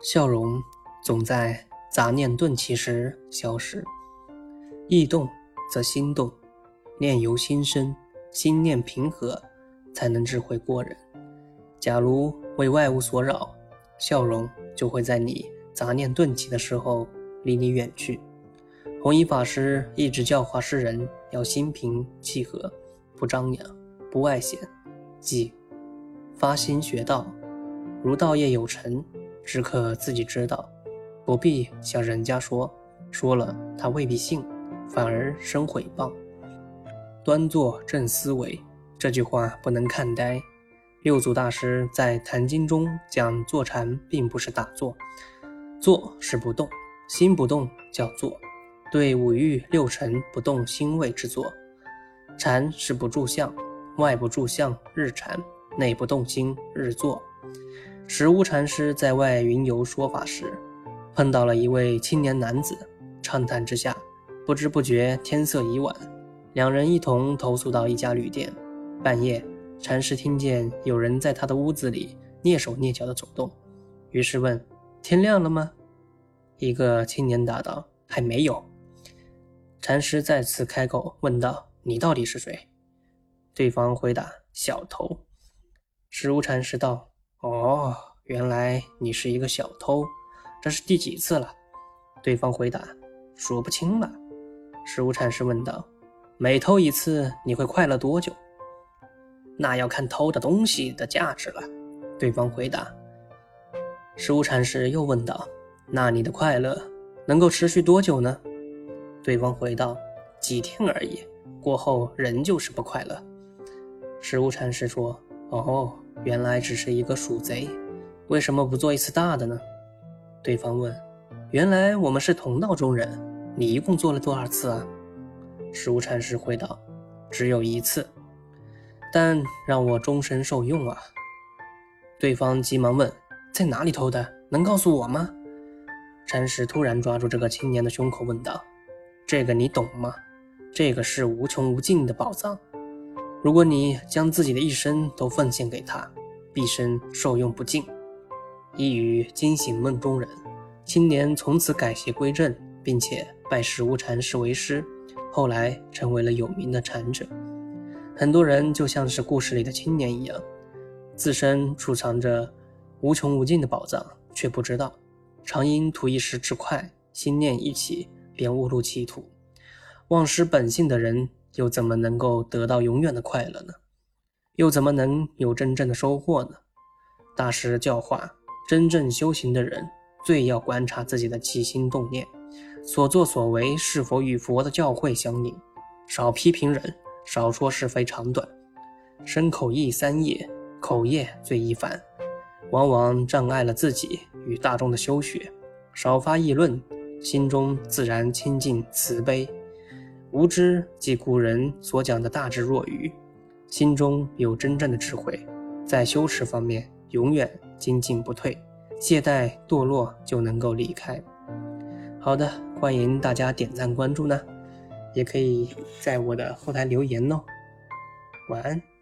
笑容总在杂念顿起时消失，意动则心动，念由心生，心念平和，才能智慧过人。假如为外物所扰，笑容就会在你杂念顿起的时候离你远去。弘一法师一直教化世人要心平气和，不张扬，不外显，即发心学道，如道业有成，只可自己知道，不必向人家说，说了他未必信，反而生毁谤。端坐正思维，这句话不能看呆。六祖大师在《坛经》中讲坐禅并不是打坐，坐是不动，心不动叫坐，对五欲六尘不动心位之坐。禅是不住相，外不住相日禅，内不动心日坐。实无禅师在外云游说法时，碰到了一位青年男子，畅谈之下，不知不觉天色已晚，两人一同投宿到一家旅店。半夜，禅师听见有人在他的屋子里蹑手蹑脚地走动，于是问：天亮了吗？一个青年答道：还没有。禅师再次开口问道：你到底是谁？对方回答：小偷。实无禅师道：哦，原来你是一个小偷，这是第几次了？对方回答：说不清了。实无禅师问道：每偷一次你会快乐多久？那要看偷的东西的价值了。对方回答。实无禅师又问道：那你的快乐能够持续多久呢？对方回道：几天而已，过后仍旧是不快乐。实无禅师说：哦，原来只是一个鼠贼，为什么不做一次大的呢？对方问：原来我们是同道中人，你一共做了多少次啊？实无禅师回道：只有一次，但让我终身受用啊。对方急忙问：在哪里偷的？能告诉我吗？禅师突然抓住这个青年的胸口问道：这个你懂吗？这个是无穷无尽的宝藏，如果你将自己的一生都奉献给他，毕生受用不尽。一语惊醒梦中人，青年从此改邪归正，并且拜实无禅师为师，后来成为了有名的禅者。很多人就像是故事里的青年一样，自身储藏着无穷无尽的宝藏，却不知道，常因图一时之快，心念一起便误入歧途。忘失本性的人又怎么能够得到永远的快乐呢？又怎么能有真正的收获呢？大师教化，真正修行的人最要观察自己的起心动念，所作所为是否与佛的教诲相应，少批评人，少说是非长短。身口意三业，口业最易犯，往往障碍了自己与大众的修学。少发议论，心中自然清净慈悲。无知即古人所讲的大智若愚，心中有真正的智慧，在修持方面永远精进不退，懈怠堕落就能够离开。好的，欢迎大家点赞关注呢，也可以在我的后台留言哦。晚安。